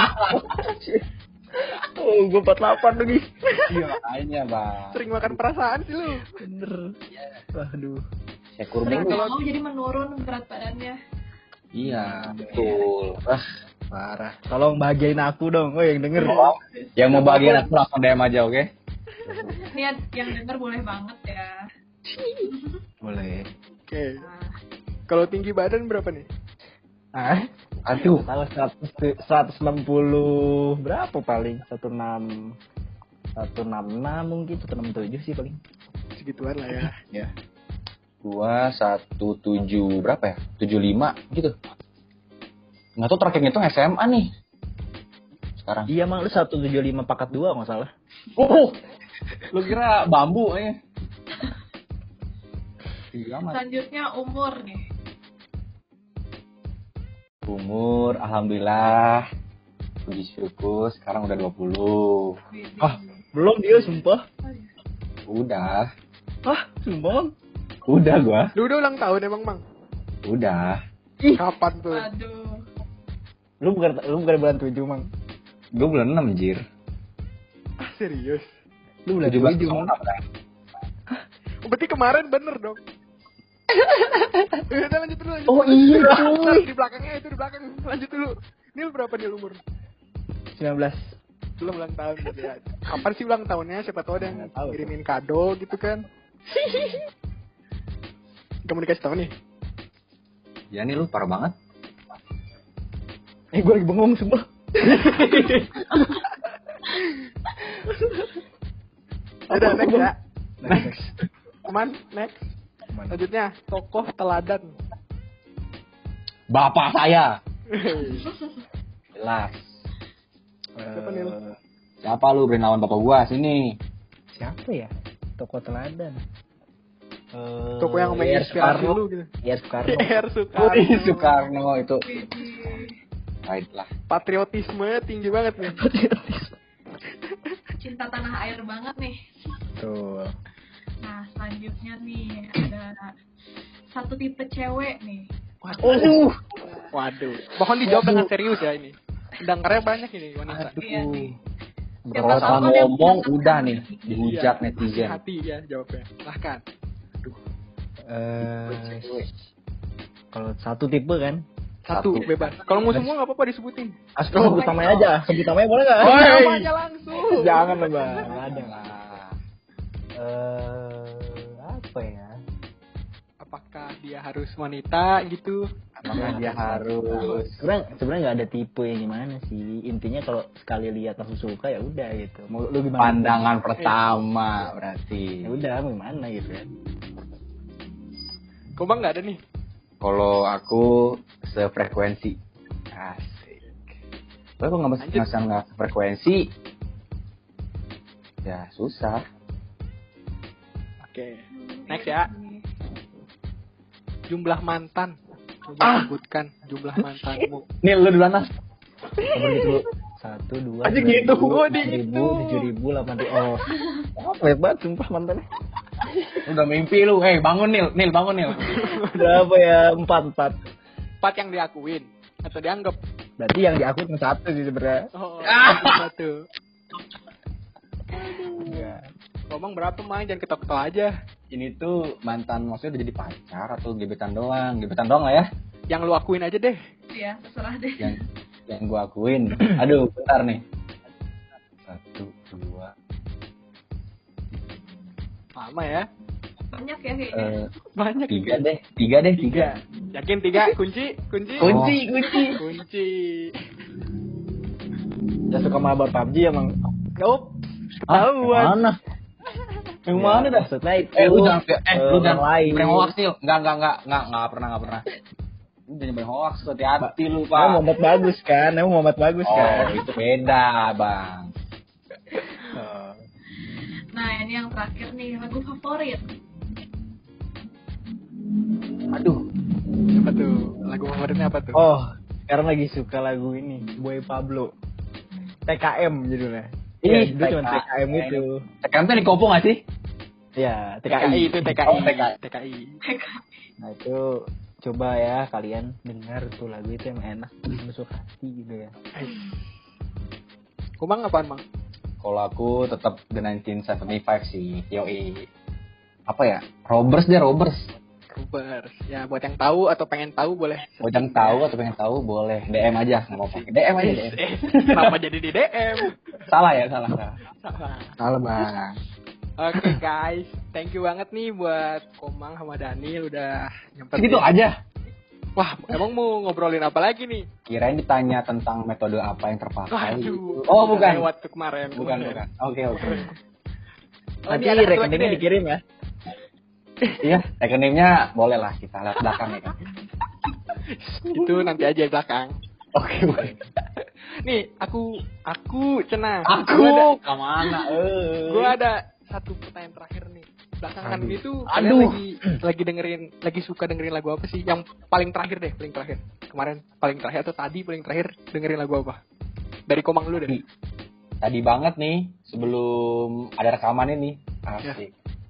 Oh gue 48 lagi.
Iya, makanya, Bang.
Sering makan perasaan sih lu.
Bener. Waduh.
Syukur
Sering
mulu.
mau jadi menurun berat badannya.
Iya, betul.
Parah. Tolong bahagiain aku dong. Oh yang denger.
Yang mau bagian aku langsung DM aja, oke?
Niat yang denger boleh banget ya.
Boleh.
Oke. Kalau tinggi badan berapa nih?
Ah?
Aduh,
Kalau 160 berapa paling? 166 mungkin 167 sih paling.
Segituan lah ya.
Ya.
gua 17 berapa ya? 75 gitu. Nggak tahu terakhir ngitung SMA nih. Sekarang.
Iya emang lu 175 pakat 2 nggak salah.
Oh, lu kira bambu ya? Iya, Mas.
Selanjutnya umur nih.
Umur, alhamdulillah. Puji syukur, sekarang udah 20.
Ah, belum dia sumpah.
Udah.
Hah, sumpah.
Udah gua.
Lu udah ulang tahun emang, Mang?
Udah.
Kapan tuh?
Aduh.
Lu bukan bulan 7, Mang.
Gua bulan 6, Jir.
Ah, serius?
Lu bulan
17
7, Mang.
Berarti kemarin bener dong. Udah lanjut dulu.
Oh iya,
Ntar
cuy.
di belakangnya itu di belakang. Lanjut dulu. Nil berapa Nil umur?
19.
Belum ulang tahun berarti ya. Kapan sih ulang tahunnya? Siapa tahu ada yang
Nggak tahu,
ngirimin kado gitu kan. Kamu dikasih tahu nih.
Ya nih lu parah banget.
Gue lagi bengong sumpah.
Udah next ya.
Next.
Teman, next. Lanjutnya, tokoh teladan.
Bapak saya. Jelas.
Siapa, Nil?
Siapa lu beri lawan bapak gua sini?
Siapa ya? Tokoh teladan.
Tokoh yang menginspirasi lu gitu.
Iya Soekarno.
R. Soekarno.
Soekarno itu.
Widih.
Right lah.
Patriotisme tinggi banget nih.
Cinta tanah air banget nih.
Tuh.
Nah, selanjutnya nih ada satu tipe cewek nih.
Waduh. Mohon dijawab dengan serius ya ini. Dengarnya banyak ini wanita.
Iya nih.
Kalau
tahu
salah
ada yang
ngomong
punya
udah
pasangan
nih
nih.
dihujat netizen.
Hati ya jawabnya. Silahkan.
Kalau satu tipe kan?
Satu bebas. Kalau mau semua nggak apa-apa disebutin.
Sebut namanya aja. Sebut namanya boleh nggak?
Namanya langsung.
Jangan lah bang. Nggak ada lah. Apa ya?
Apakah dia harus wanita gitu?
Apakah dia harus
Sebenarnya nggak ada tipe yang gimana sih. Intinya kalau sekali lihat langsung suka ya udah gitu. Mau lu gimana?
pandangan pertama berarti?
Ya udah mau gimana gitu kan.
Kok bang nggak ada nih?
Kalau aku sefrekuensi. Asik. Tapi kalau nggak sefrekuensi, ya susah.
Oke. Next ya. Jumlah mantan. Coba sebutkan jumlah mantanmu.
Nih lu duluan lah.
Kabar gitu lu. 1, 2,
Aja gitu, gua di
6.000,
gitu.
7.000, 8.000. Oh, banyak banget sumpah mantannya.
Lu udah mimpi lu. Bangun Nil bangun Nil.
Berapa ya? 4.
4 yang diakuin atau dianggap?
Berarti yang diakui cuma 1 sih sebenarnya.
Oh, 1.
Enggak.
Ngomong berapa Mang, jangan ketawa-ketawa aja.
Ini tuh mantan, maksudnya udah jadi pacar atau gebetan doang? Gebetan doang lah ya.
Yang lu akuin aja deh.
Iya, terserah deh.
Yang gua akuin. Aduh, bentar nih. 1, 2.
Lama ya.
Banyak ya kayaknya.
Banyak
3 deh. 3 deh, 3.
Yakin 3? Kunci.
Kunci.
Ya suka mabar PUBG emang.
Nope.
Ketahuan.
Mana? Yang mana dah?
Maksudnya itu.
Lu jangan lu jangan
lain.
nyebarin hoax nih. Enggak pernah. Lu jangan nyebarin hoax, hati-hati lu, Pak.
Emang Muhammad bagus kan?
Oh, itu beda, Bang.
Nah, ini yang terakhir nih, lagu favorit.
Aduh.
Apa tuh? Lagu favoritnya apa tuh?
Oh, sekarang lagi suka lagu ini, Boy Pablo. TKM judulnya. Iya, itu cuma TKM itu.
TKM tuh di Kopo nggak sih?
Iya,
TKI itu TKI.
Oh,
TKI.
Nah itu coba ya kalian dengar tuh lagu itu emang enak, masuk hati gitu ya.
Kumang apaan Mang?
Kalau aku tetap The 1975 sih, yoi. Apa ya? Robbers.
Robbers. Ya buat yang tahu atau pengen tahu boleh.
Buat yang tahu atau pengen tahu boleh DM aja, nggak apa-apa. DM aja DM.
Kenapa jadi di DM?
Salah.
Salah Bang. Oke guys, thank you banget nih buat Komang sama Daniel udah nyempetin.
Segitu aja.
Wah, emang mau ngobrolin apa lagi nih?
Kirain ditanya tentang metode apa yang terpakai.
Waduh.
Oh, bukan.
Lewat tuh kemarin.
Bukan. Oke.
Nanti
ini ada satu
rekeningnya
lagi deh.
dikirim ya.
Iya, rekeningnya boleh lah kita lihat belakang ya kan.
Itu nanti aja di belakang.
Oke.
Nih, aku cenah.
Aku kemana?
Gua ada satu pertanyaan terakhir nih. Belakangan ini tuh
Aduh.
kalian lagi suka dengerin lagu apa sih? Yang paling terakhir deh, paling terakhir. Kemarin paling terakhir atau tadi paling terakhir dengerin lagu apa? Dari Komang dulu deh.
Tadi banget nih sebelum ada rekaman ini. Asik.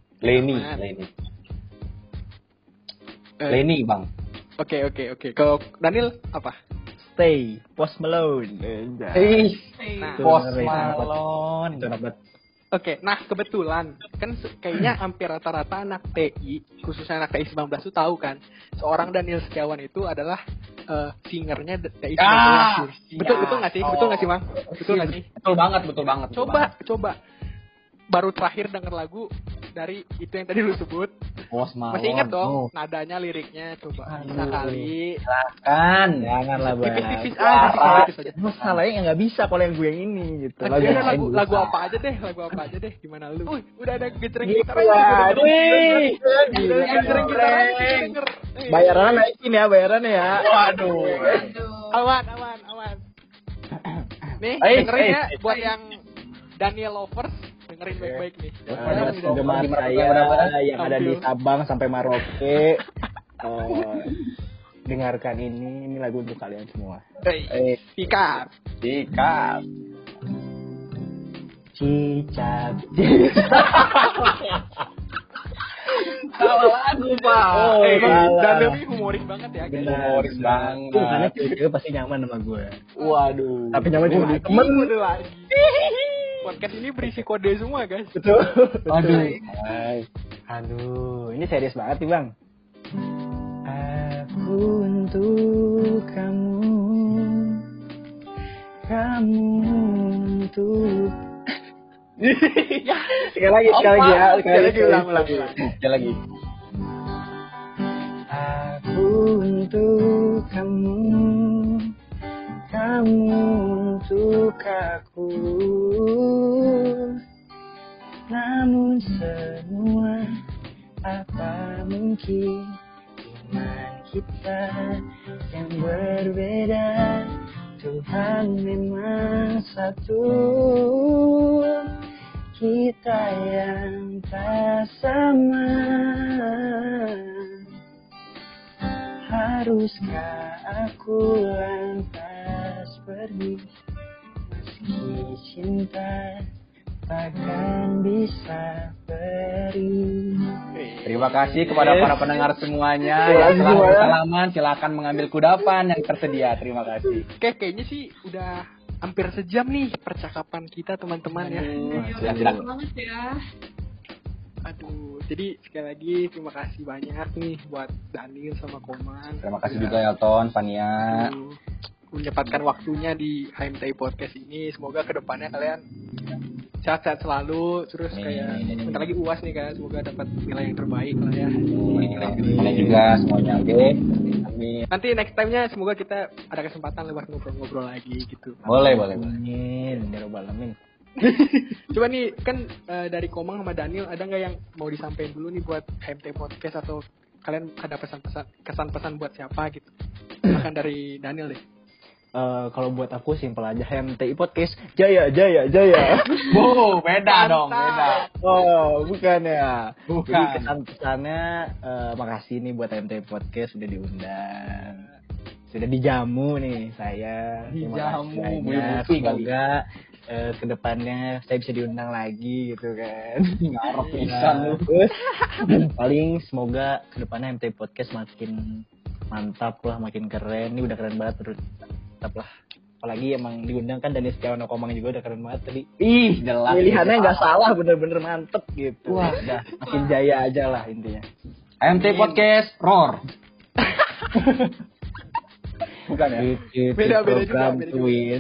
Lenny, Bang.
Oke. Kalau Daniel apa?
Stay, Post Malone.
Nah,
Post Malone.
Oke, nah kebetulan kan kayaknya hampir rata-rata anak TI, khususnya anak TI 19 tuh tahu kan, seorang Daniel Setiawan itu adalah singernya TI 19. Betul nggak sih? Betul nggak sih, Mang? Betul nggak sih?
Betul banget.
Coba. Baru terakhir denger lagu dari itu yang tadi lu sebut.
Post Malone.
Masih ingat dong nadanya, liriknya, coba. Bisa kali.
Silakan.
Janganlah Bang.
Tipis-tipis aja.
Masalahnya nggak bisa kalau yang gue yang ini gitu.
Lagu apa aja deh. Gimana lu? Gimana ada gejreng gitar
Wih.
Gejreng gitar.
Bayarannya naikin ya, bayarannya ya.
Waduh.
Aman. Nih, dengerin ya buat yang Daniel lovers, dengerin baik-baik nih.
Penggemar saya yang ada di Sabang sampai Maroke, dengarkan ini lagu untuk kalian semua.
Sikat.
Cicak.
Salah lagu, Pak.
Daniel ini humoris banget ya, guys.
Humoris banget.
Karena cewek pasti nyaman sama gue.
Waduh.
Tapi nyaman cuma di temen.
Lagi. Podcast ini berisi kode semua, guys.
Betul.
Aduh.
Ini serius banget nih, Bang. Aku untuk kamu untuk sekali lagi ulang.
Sekali lagi.
Aku untuk kamu untuk aku. Namun semua apa mungkin iman kita yang berbeda, Tuhan memang satu, kita yang tak sama. Haruskah aku lantas pergi, meski cinta takkan bisa beri.
Terima kasih kepada para pendengar semuanya.
Terima kasih
Setelah
semuanya.
bersalaman, silakan mengambil kudapan yang tersedia. Terima kasih.
Oke, kayaknya sih udah hampir sejam nih percakapan kita teman-teman ya.
Silakan.
Betul banget ya.
Aduh, jadi sekali lagi terima kasih banyak nih buat Daniel sama Komang.
Terima kasih juga Elton, Fania.
Aduh, menyempatkan waktunya di HMTI Podcast ini. Semoga kedepannya kalian sehat-sehat selalu. Terus kayak bentar lagi UAS nih kan, semoga dapat nilai yang terbaik lah ya.
Kalian juga semuanya oke. Amin.
Nanti next time-nya semoga kita ada kesempatan lewat ngobrol-ngobrol lagi gitu.
Boleh.
Amin. Ya Rabbal Alamin.
Coba nih kan dari Komang sama Daniel ada nggak yang mau disampaikan dulu nih buat HMTI Podcast atau kalian ada kesan-pesan buat siapa gitu? Bahkan dari Daniel deh.
Kalau buat aku simpel aja, HMTI Podcast jaya jaya jaya.
Wow, beda dong, beda.
Oh, bukan ya.
Bukan.
Jadi kesan-pesannya makasih nih buat HMTI Podcast sudah diundang. Sudah dijamu nih saya. Terima
Dijamu,
kasih
beli
banyak.
kopi kali.
Semoga kedepannya saya bisa diundang lagi gitu kan.
Ngarep pisan lu.
Terus paling semoga kedepannya HMTI Podcast makin mantap lah, makin keren. Ini udah keren banget terus. Mantap lah. Apalagi emang diundang kan Daniel Setiawan Komang juga udah keren banget tadi.
Ih, jelas.
Pilihannya nggak salah, bener-bener mantep gitu.
Wah.
Udah makin jaya aja lah intinya.
MT Podcast Roar. Bukan ya?
Beda juga,
program
beda juga.
Twin.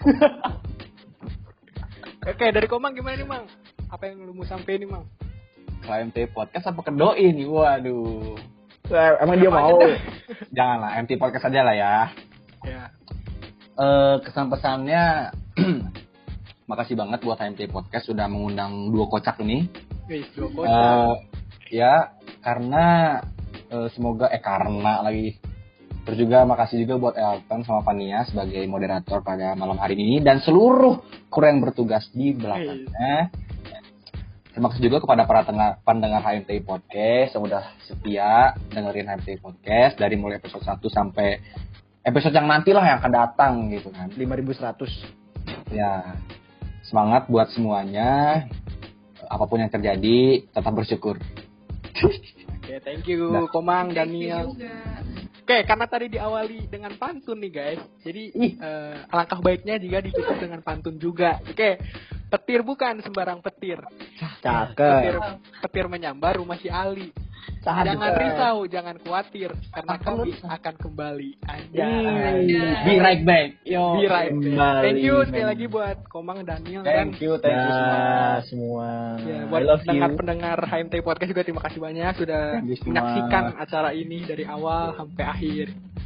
Oke, dari Komang gimana nih, Mang? Apa yang lu mau sampein nih, Mang?
Kalau MT Podcast apa ke doi nih? Waduh.
Emang dia mau.
Janganlah, MT Podcast aja lah ya.
Ya.
Kesan pesannya makasih banget buat HMT Podcast sudah mengundang dua kocak ini.
Wih, dua kocak.
Ya karena semoga karena lagi. Terus juga makasih juga buat Elton sama Fania sebagai moderator pada malam hari ini dan seluruh kru yang bertugas di belakangnya. Terima kasih juga kepada para pendengar HMTI Podcast yang udah setia dengerin HMTI Podcast dari mulai episode 1 sampai episode yang nantilah yang akan datang gitu kan.
5.100.
Ya, semangat buat semuanya. Apapun yang terjadi, tetap bersyukur.
Oke, thank you
Nah.
Komang,
Thank you
Daniel.
juga.
Oke, karena tadi diawali dengan pantun nih guys. Jadi alangkah baiknya jika ditutup dengan pantun juga. Oke, petir bukan sembarang petir.
Cakep.
Petir menyambar rumah si Ali.
Cakep.
Jangan risau, jangan khawatir, karena kami akan kembali.
Be right back. Yo.
Be right back.
Kembali.
Thank you sekali lagi buat Komang, Daniel, dan
Thank you semua.
semua.
ya,
I
buat
love you.
pendengar HMT Podcast juga terima kasih banyak sudah
Thank you semua.
menyaksikan acara ini dari awal sampai akhir.